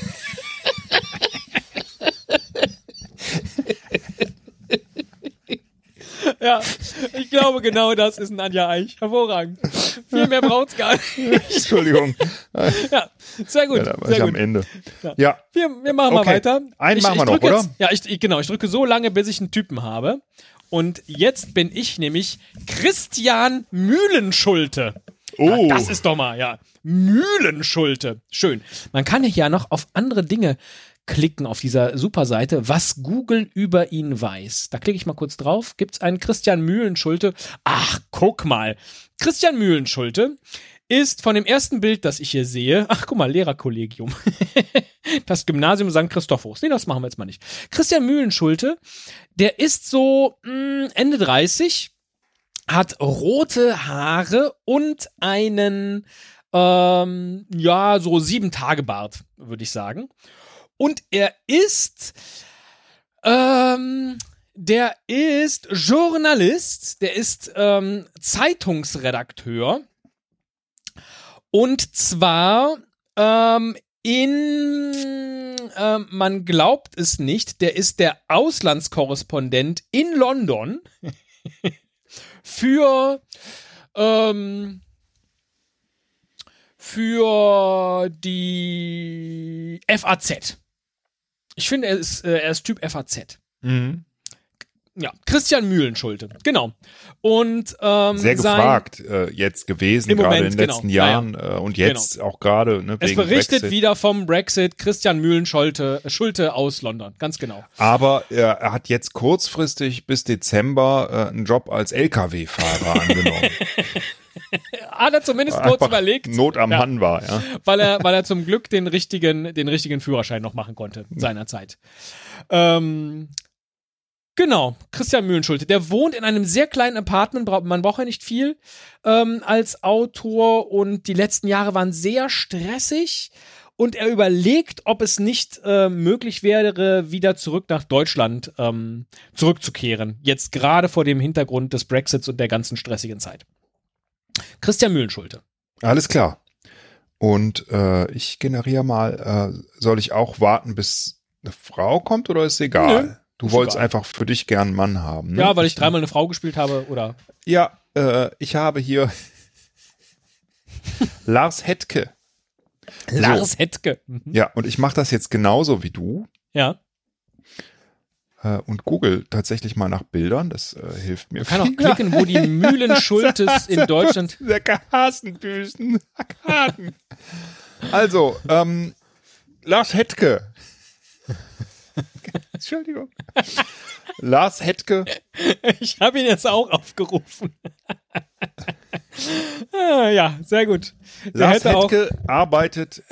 Ja, ich glaube, genau das ist ein Anja Eich. Hervorragend. Viel mehr braucht's gar nicht. Entschuldigung. Ja, sehr gut. Ja, da war sehr ich gut. am Ende. Ja. Ja. Wir, wir machen Okay. mal weiter. Einen ich, machen wir ich noch, drück jetzt, oder? Ja, ich, ich, genau. Ich drücke so lange, bis ich einen Typen habe. Und jetzt bin ich nämlich Christian Mühlenschulte. Oh. Ja, das ist doch mal, ja. Mühlenschulte. Schön. Man kann ja noch auf andere Dinge klicken auf dieser Superseite, was Google über ihn weiß. Da klicke ich mal kurz drauf. Gibt es einen Christian Mühlenschulte? Ach, guck mal. Christian Mühlenschulte ist von dem ersten Bild, das ich hier sehe, ach, guck mal, Lehrerkollegium. Das Gymnasium Sankt Christophorus. Nee, das machen wir jetzt mal nicht. Christian Mühlenschulte, der ist so mh, Ende dreißig, hat rote Haare und einen, ähm, ja, so sieben Tage Bart, würde ich sagen. Und er ist, ähm, der ist Journalist, der ist ähm, Zeitungsredakteur. Und zwar ähm, in, ähm, man glaubt es nicht, der ist der Auslandskorrespondent in London für, ähm, für die F A Z. Ich finde, er ist, äh, er ist Typ F A Z. Mhm. Ja, Christian Mühlenschulte, genau. Und ähm, Sehr sein, gefragt äh, jetzt gewesen, Im gerade Moment, in den letzten genau. Jahren Ja, ja. äh, und jetzt Genau. auch gerade ne, Es wegen berichtet Brexit. wieder vom Brexit Christian Mühlenschulte Schulte aus London, ganz genau. Aber er, er hat jetzt kurzfristig bis Dezember äh, einen Job als L K W-Fahrer angenommen. Hat er zumindest kurz Einfach überlegt. Not am Ja. Mann war, ja. weil er, weil er zum Glück den richtigen, den richtigen Führerschein noch machen konnte seinerzeit. Ähm, genau, Christian Mühlenschulte. Der wohnt in einem sehr kleinen Apartment. Man braucht ja nicht viel ähm, als Autor und die letzten Jahre waren sehr stressig. Und er überlegt, ob es nicht äh, möglich wäre, wieder zurück nach Deutschland ähm, zurückzukehren. Jetzt gerade vor dem Hintergrund des Brexits und der ganzen stressigen Zeit. Christian Mühlenschulte. Alles klar. Und äh, ich generiere mal, äh, soll ich auch warten, bis eine Frau kommt oder ist egal? Nö, du ist wolltest egal. einfach für dich gern einen Mann haben. Ne? Ja, weil ich dreimal eine Frau gespielt habe, oder? Ja, äh, ich habe hier Lars Hettke. Lars Hettke. Mhm. Ja, und ich mache das jetzt genauso wie du Ja. äh, und google tatsächlich mal nach Bildern. Das äh, hilft mir. Man kann auch klicken, wo die Mühlenschultes in Deutschland. Der Hasenbüßen. Haken. Also, ähm, Lars Hettke. Entschuldigung. Lars Hettke. Ich habe ihn jetzt auch aufgerufen. Ah, ja, sehr gut. Der Lars hätte auch Hettke arbeitet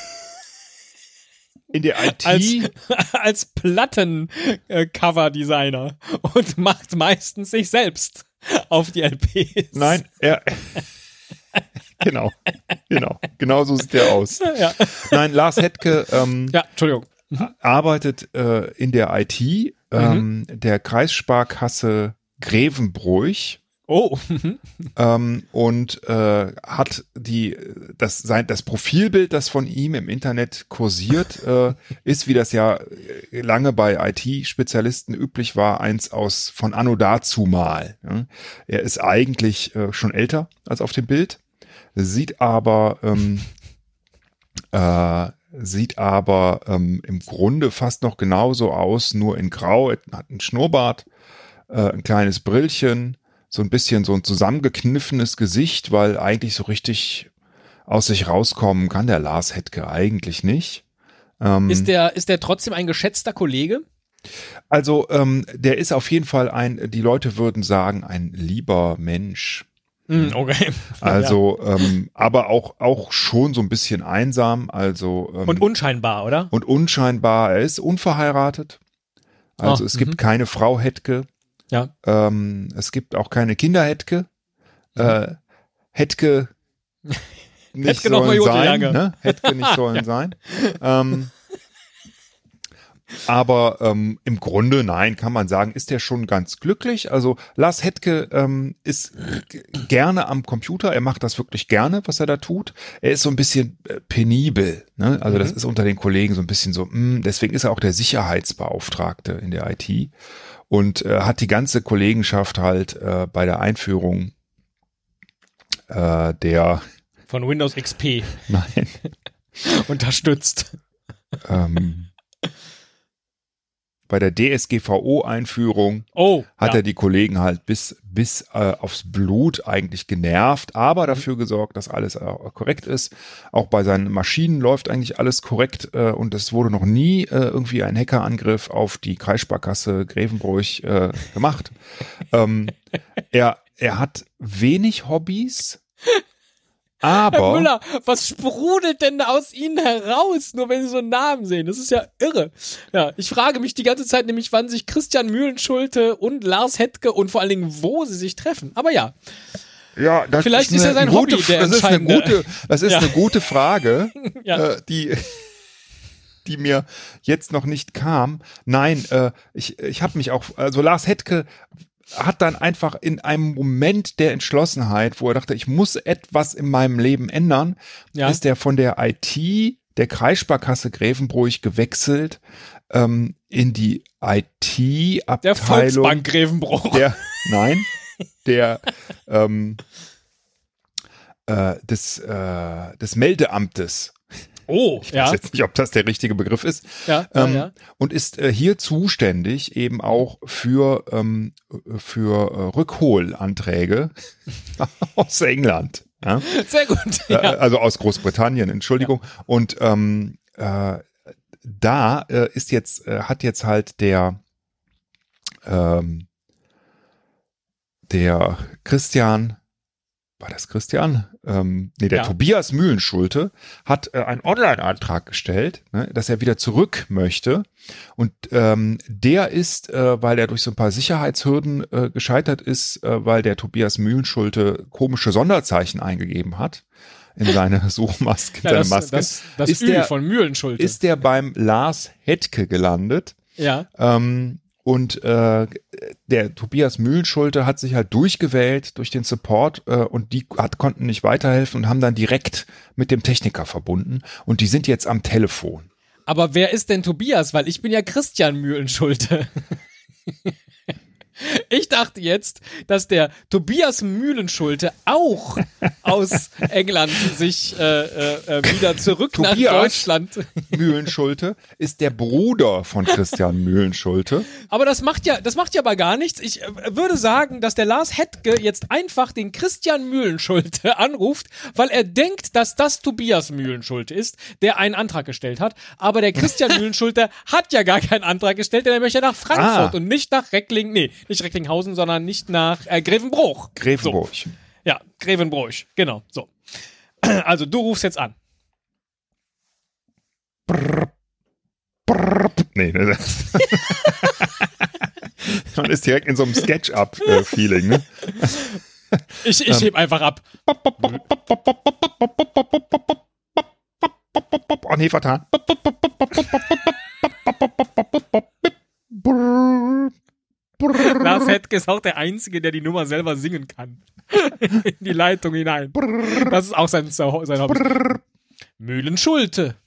in der I T. als, als Platten-Cover-Designer und macht meistens sich selbst auf die L Ps. Nein, er. Genau, genau, genau so sieht er aus. Ja, Nein, Lars Hettke ähm, ja Entschuldigung. arbeitet äh, in der I T ähm, der Kreissparkasse Grevenbroich Oh. ähm, und äh, hat die das sein das Profilbild, das von ihm im Internet kursiert, äh, ist, wie das ja lange bei I T-Spezialisten üblich war, eins aus von anno dazumal. Ja. Er ist eigentlich äh, schon älter als auf dem Bild, sieht aber ähm, äh, sieht aber ähm, im Grunde fast noch genauso aus, nur in Grau. Er hat einen Schnurrbart, äh, ein kleines Brillchen, so ein bisschen so ein zusammengekniffenes Gesicht, weil eigentlich so richtig aus sich rauskommen kann der Lars Hetke eigentlich nicht. Ähm, ist der, ist der trotzdem ein geschätzter Kollege? Also ähm, der ist auf jeden Fall ein, die Leute würden sagen, ein lieber Mensch. Mm, okay. Also, ja. ähm, aber auch, auch schon so ein bisschen einsam, also. Ähm, und unscheinbar, oder? Und unscheinbar. Er ist unverheiratet. Also oh, es gibt m-hmm. keine Frau Hetke. Ja. Ähm, es gibt auch keine Kinder Hetke. Mhm. Äh, Hetke nicht Hetke sollen sein. Ne? Hetke nicht sollen ja. sein. Ähm, Aber ähm, im Grunde, nein, kann man sagen, ist er schon ganz glücklich. Also Lars Hetke ähm, ist g- gerne am Computer. Er macht das wirklich gerne, was er da tut. Er ist so ein bisschen äh, penibel. Ne? Also mhm. das ist unter den Kollegen so ein bisschen so, mh, deswegen ist er auch der Sicherheitsbeauftragte in der I T und äh, hat die ganze Kollegenschaft halt äh, bei der Einführung äh, der von Windows X P nein unterstützt. Ähm, Bei der D S G V O-Einführung oh, hat ja. er die Kollegen halt bis, bis äh, aufs Blut eigentlich genervt, aber dafür gesorgt, dass alles äh, korrekt ist. Auch bei seinen Maschinen läuft eigentlich alles korrekt äh, und es wurde noch nie äh, irgendwie ein Hackerangriff auf die Kreissparkasse Grevenbroich äh, gemacht. ähm, er, er hat wenig Hobbys. Aber, Herr Müller, was sprudelt denn da aus Ihnen heraus, nur wenn Sie so einen Namen sehen? Das ist ja irre. Ja, ich frage mich die ganze Zeit nämlich, wann sich Christian Mühlenschulte und Lars Hetke und vor allen Dingen, wo sie sich treffen. Aber ja, ja das vielleicht ist, ist ja sein gute, Hobby der das entscheidende. Ist eine gute, das ist ja. eine gute Frage, ja. äh, die... die mir jetzt noch nicht kam. Nein, äh, ich, ich habe mich auch, also Lars Hetke hat dann einfach in einem Moment der Entschlossenheit, wo er dachte, ich muss etwas in meinem Leben ändern, ja. ist er von der I T der Kreissparkasse Grevenbroich gewechselt ähm, in die I T-Abteilung. Der Volksbank Grevenbroich. Der, nein, der ähm, äh, des, äh, des Meldeamtes. Oh, ich weiß ja. jetzt nicht, ob das der richtige Begriff ist. Ja, ähm, ja, ja. Und ist äh, hier zuständig eben auch für, ähm, für äh, Rückholanträge aus England. Ja? Sehr gut. Ja. Äh, also aus Großbritannien, Entschuldigung. Ja. Und ähm, äh, da äh, ist jetzt, äh, hat jetzt halt der ähm, der Christian War das Christian? Ähm, nee, der ja. Tobias Mühlenschulte hat äh, einen Online-Antrag gestellt, ne, dass er wieder zurück möchte. Und ähm, der ist, äh, weil er durch so ein paar Sicherheitshürden äh, gescheitert ist, äh, weil der Tobias Mühlenschulte komische Sonderzeichen eingegeben hat in seine Suchmaske, in ja, seine das, Maske. Das, das ist Ü der, von Mühlenschulte. Ist der beim Lars Hetke gelandet. Ja. Ähm, Und äh, der Tobias Mühlenschulte hat sich halt durchgewählt durch den Support äh, und die hat, konnten nicht weiterhelfen und haben dann direkt mit dem Techniker verbunden und die sind jetzt am Telefon. Aber wer ist denn Tobias? Weil ich bin ja Christian Mühlenschulte. Ich dachte jetzt, dass der Tobias Mühlenschulte auch aus England sich äh, äh, wieder zurück Tobias nach Deutschland. Mühlenschulte ist der Bruder von Christian Mühlenschulte. Aber das macht ja, das macht ja aber gar nichts. Ich äh, würde sagen, dass der Lars Hetke jetzt einfach den Christian Mühlenschulte anruft, weil er denkt, dass das Tobias Mühlenschulte ist, der einen Antrag gestellt hat. Aber der Christian Mühlenschulte hat ja gar keinen Antrag gestellt, denn er möchte nach Frankfurt ah. und nicht nach Reckling, nee, nicht Recklinghausen, sondern nicht nach äh, Grevenbroich. Grevenbroich. So. Ja, Grevenbroich, genau, so. Also, du rufst jetzt an. Brrr, brrr, nee, ne? Man ist direkt in so einem Sketch-Up-Feeling, ne? Ich, ich heb einfach ab. Oh nee, vertan. Lars Petke ist auch der Einzige, der die Nummer selber singen kann. In die Leitung hinein. Das ist auch sein, sein Hobby. Mühlenschulte.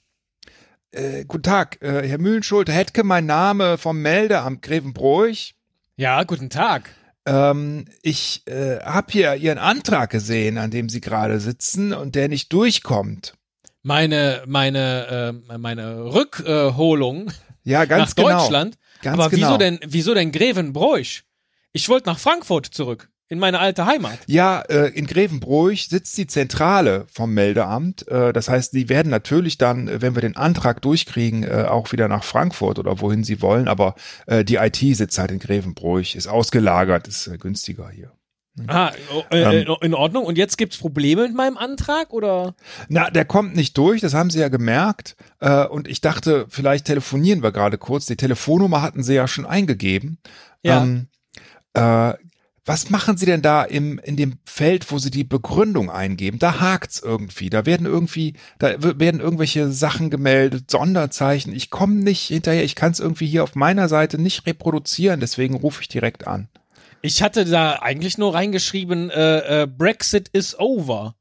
Äh, guten Tag, äh, Herr Mühlenschulte, Hetke, mein Name vom Meldeamt Grevenbroich. Ja, guten Tag. Ähm, ich äh, habe hier Ihren Antrag gesehen, an dem Sie gerade sitzen und der nicht durchkommt. Meine, meine, äh, meine Rückholung ja, ganz nach genau. Deutschland. Ganz Aber genau. wieso denn, wieso denn Grevenbroich? Ich wollte nach Frankfurt zurück, in meine alte Heimat. Ja, äh, in Grevenbroich sitzt die Zentrale vom Meldeamt. Äh, das heißt, die werden natürlich dann, äh, wenn wir den Antrag durchkriegen, äh, auch wieder nach Frankfurt oder wohin sie wollen. Aber äh, die I T sitzt halt in Grevenbroich, ist ausgelagert, ist äh, günstiger hier. Ah, äh, Ähm, in Ordnung. Und jetzt gibt's Probleme mit meinem Antrag, oder? Na, der kommt nicht durch, das haben sie ja gemerkt. Äh, und ich dachte, vielleicht telefonieren wir gerade kurz. Die Telefonnummer hatten sie ja schon eingegeben. Ja. Ähm, äh, was machen Sie denn da im, in dem Feld, wo Sie die Begründung eingeben? Da hakt's irgendwie. Da werden irgendwie, da w- werden irgendwelche Sachen gemeldet, Sonderzeichen. Ich komme nicht hinterher. Ich kann es irgendwie hier auf meiner Seite nicht reproduzieren. Deswegen rufe ich direkt an. Ich hatte da eigentlich nur reingeschrieben, äh, äh, Brexit is over.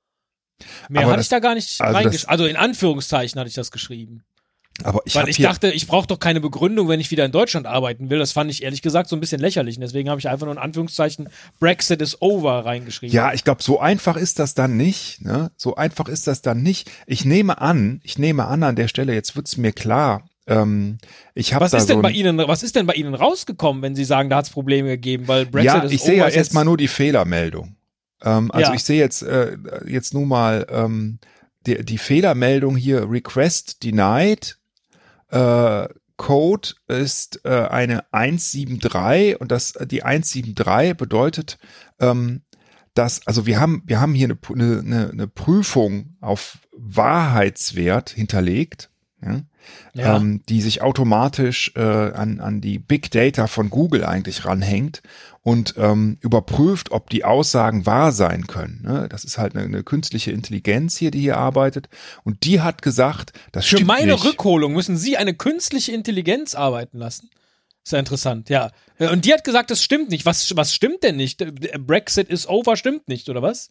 Mehr Aber hatte das- ich da gar nicht also reingeschrieben. das- Also in Anführungszeichen hatte ich das geschrieben. Aber ich Weil habe ich hier, dachte, ich brauche doch keine Begründung, wenn ich wieder in Deutschland arbeiten will. Das fand ich ehrlich gesagt so ein bisschen lächerlich. Und deswegen habe ich einfach nur in Anführungszeichen Brexit is over reingeschrieben. ja, ich glaube, so einfach ist das dann nicht. Ne? So einfach ist das dann nicht. Ich nehme an, ich nehme an an der Stelle, jetzt wird's mir klar. Ähm, ich habe Was da ist denn so bei ein, Ihnen, was ist denn bei Ihnen rausgekommen, wenn Sie sagen, da hat es Probleme gegeben? Weil Brexit ja, is ich over sehe ja ist jetzt- erstmal nur die Fehlermeldung. Ähm, also Ja. ich sehe jetzt äh, jetzt nun mal ähm, die, die Fehlermeldung hier Request denied. Äh, Code ist äh, eine eins sieben drei und das die eins sieben drei bedeutet, ähm, dass also wir haben wir haben hier eine, eine, eine Prüfung auf Wahrheitswert hinterlegt. Ja? Ja. Ähm, die sich automatisch äh, an, an die Big Data von Google eigentlich ranhängt und ähm, überprüft, ob die Aussagen wahr sein können. Ne? Das ist halt eine, eine künstliche Intelligenz hier, die hier arbeitet. Und die hat gesagt, das Für stimmt meine nicht. Rückholung müssen Sie eine künstliche Intelligenz arbeiten lassen. Ist ja interessant, ja. Und die hat gesagt, das stimmt nicht. Was, was stimmt denn nicht? Brexit is over stimmt nicht, oder was?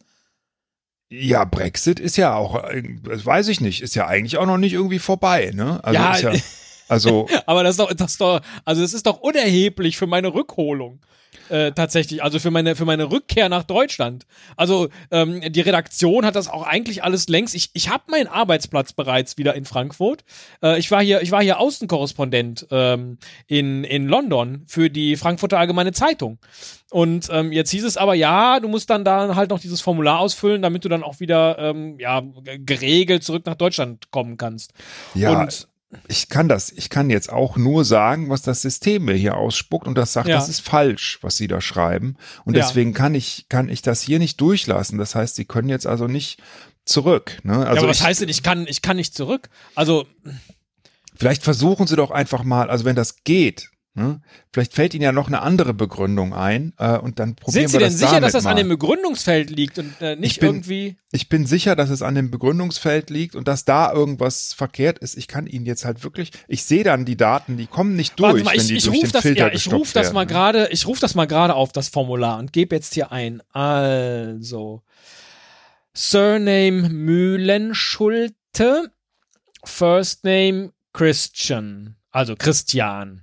Ja, Brexit ist ja auch, äh, das weiß ich nicht, ist ja eigentlich auch noch nicht irgendwie vorbei. Ne? Also Ja, ist ja, also Aber das ist doch, das ist doch, also das ist doch unerheblich für meine Rückholung. Äh, tatsächlich, also für meine, für meine Rückkehr nach Deutschland. Also ähm, die Redaktion hat das auch eigentlich alles längst. Ich, ich habe meinen Arbeitsplatz bereits wieder in Frankfurt. Äh, ich war hier, ich war hier Außenkorrespondent ähm, in, in London für die Frankfurter Allgemeine Zeitung. Und ähm, jetzt hieß es aber, ja, du musst dann da halt noch dieses Formular ausfüllen, damit du dann auch wieder ähm, ja, geregelt zurück nach Deutschland kommen kannst. ja, Und ich kann das, ich kann jetzt auch nur sagen, was das System mir hier ausspuckt und das sagt, Ja. das ist falsch, was Sie da schreiben. Und Ja. deswegen kann ich, kann ich das hier nicht durchlassen. Das heißt, Sie können jetzt also nicht zurück. Ne? Also ja, aber was ich, heißt denn, ich kann, ich kann nicht zurück? Also vielleicht versuchen Sie doch einfach mal, also wenn das geht, ne? Vielleicht fällt Ihnen ja noch eine andere Begründung ein äh, und dann probieren sind Sie wir denn das sicher, damit dass das mal. an dem Begründungsfeld liegt und äh, nicht Ich bin- irgendwie? Ich bin sicher, dass es an dem Begründungsfeld liegt und dass da irgendwas verkehrt ist. Ich kann Ihnen jetzt halt wirklich, ich sehe dann die Daten, die kommen nicht durch, Warte mal, wenn ich, die ich durch ruf den das, Filter ja, ich gestoppt ruf das werden. mal ne? gerade, ich ruf das mal gerade auf das Formular und gebe jetzt hier ein. Also Surname Mühlenschulte, First Name Christian, also Christian.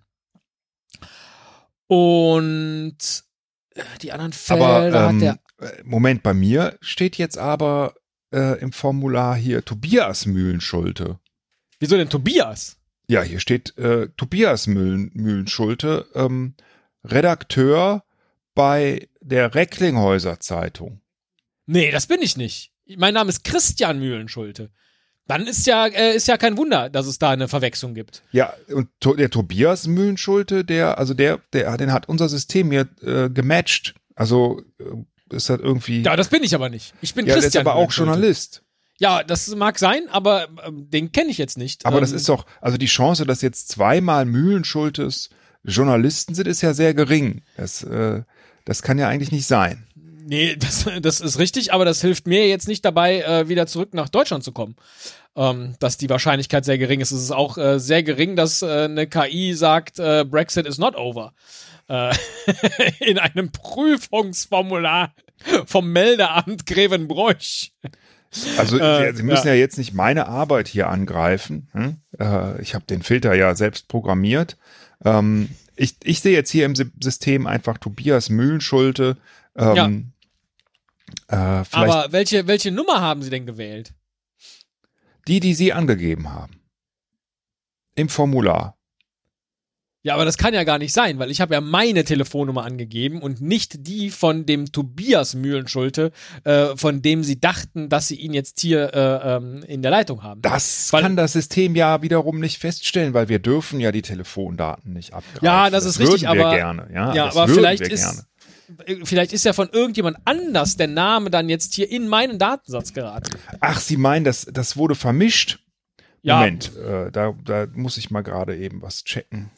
Und äh, die anderen Felder Aber hat ähm, der. äh, Moment, bei mir steht jetzt aber äh, im Formular hier Tobias Mühlenschulte. Wieso denn Tobias? Ja, hier steht äh, Tobias Mühlen, Mühlenschulte, ähm, Redakteur bei der Recklinghäuser Zeitung. Nee, das bin ich nicht. Mein Name ist Christian Mühlenschulte. Dann ist ja, äh, ist ja kein Wunder, dass es da eine Verwechslung gibt. Ja, und to der Tobias Mühlenschulte, der, also der, der, den hat unser System hier äh, gematcht. Also äh, ist das irgendwie. Ja, das bin ich aber nicht. Ich bin ja, der ist Christian aber auch Mühlenschulte. Journalist. Ja, das mag sein, aber ähm, den kenne ich jetzt nicht. Aber ähm, das ist doch, also die Chance, dass jetzt zweimal Mühlenschultes Journalisten sind, ist ja sehr gering. Das, äh, das kann ja eigentlich nicht sein. Nee, das, das ist richtig, aber das hilft mir jetzt nicht dabei, äh, wieder zurück nach Deutschland zu kommen. Ähm, dass die Wahrscheinlichkeit sehr gering ist. Es ist auch äh, sehr gering, dass äh, eine K I sagt, äh, Brexit is not over. Äh, in einem Prüfungsformular vom Meldeamt Grevenbroich. Also Äh, Sie müssen ja. ja jetzt nicht meine Arbeit hier angreifen. Hm? Äh, ich habe den Filter ja selbst programmiert. Ähm, ich, ich sehe jetzt hier im System einfach Tobias Mühlenschulte. Ähm, ja. äh, vielleicht Aber welche, welche Nummer haben Sie denn gewählt? die, die Sie angegeben haben. Im Formular. Ja, aber das kann ja gar nicht sein, weil ich habe ja meine Telefonnummer angegeben und nicht die von dem Tobias Mühlenschulte, äh, von dem Sie dachten, dass Sie ihn jetzt hier äh, ähm, in der Leitung haben. Das weil, kann das System ja wiederum nicht feststellen, weil wir dürfen ja die Telefondaten nicht abgreifen. Ja, das, das ist richtig, würden wir aber gerne. Ja, ja, das aber würden vielleicht wir ist gerne. Vielleicht ist ja von irgendjemand anders der Name dann jetzt hier in meinen Datensatz geraten. Ach, Sie meinen, das, das wurde vermischt? Ja. Moment, äh, da, da muss ich mal gerade eben was checken.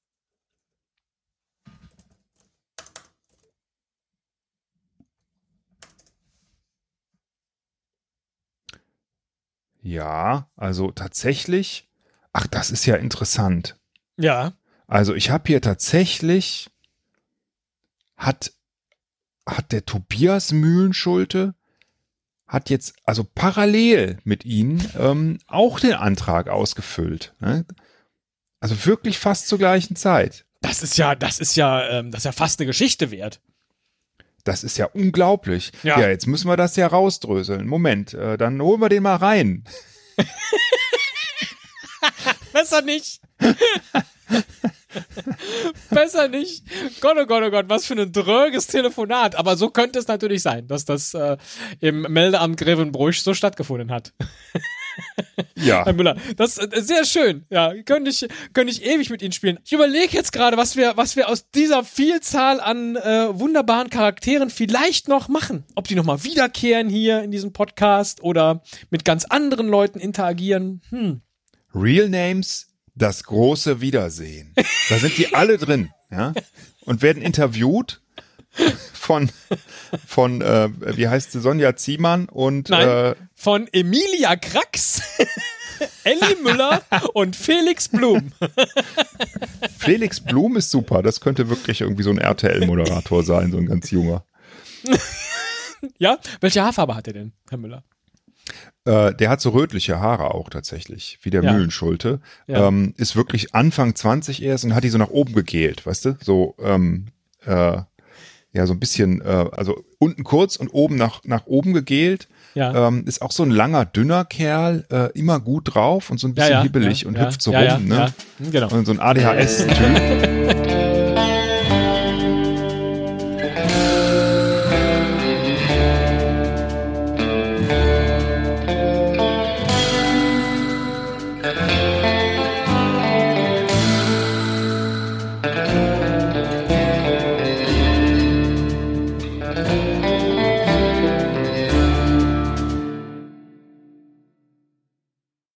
Ja, also tatsächlich, ach, das ist ja interessant. Ja. Also ich habe hier tatsächlich, hat, hat der Tobias Mühlenschulte, hat jetzt also parallel mit Ihnen ähm, auch den Antrag ausgefüllt. Ne? Also wirklich fast zur gleichen Zeit. Das ist ja, das ist ja, ähm, das ist ja fast eine Geschichte wert. Das ist ja unglaublich. Ja, ja jetzt müssen wir das ja rausdröseln. Moment, äh, dann holen wir den mal rein. Besser nicht. Besser nicht. Gott, oh Gott, oh Gott, was für ein dröges Telefonat. Aber so könnte es natürlich sein, dass das äh, im Meldeamt Grevenbroich so stattgefunden hat. Ja. Herr Müller, das ist sehr schön. Ja, könnte ich, könnte ich ewig mit Ihnen spielen. Ich überlege jetzt gerade, was wir, was wir aus dieser Vielzahl an äh, wunderbaren Charakteren vielleicht noch machen. Ob die nochmal wiederkehren hier in diesem Podcast oder mit ganz anderen Leuten interagieren. Hm. Real Names, das große Wiedersehen. Da sind die alle drin, ja, und werden interviewt von, von äh, wie heißt sie, Sonja Ziemann und Nein, äh, von Emilia Krax, Elli Müller und Felix Blum. Felix Blum ist super. Das könnte wirklich irgendwie so ein R T L-Moderator sein, so ein ganz junger. Ja, welche Haarfarbe hat er denn, Herr Müller? Äh, der hat so rötliche Haare auch tatsächlich, wie der Ja. Mühlenschulte. Ja. Ähm, ist wirklich Anfang zwanzig erst und hat die so nach oben gegelt, weißt du? So, ähm, äh, ja, so ein bisschen, äh, also unten kurz und oben nach, nach oben gegelt. Ja. Ähm, ist auch so ein langer, dünner Kerl, äh, immer gut drauf und so ein bisschen ja, ja, hibbelig ja, und ja, hüpft so ja, rum, ja, ne? ja, genau. Und so ein A D H S-Typ.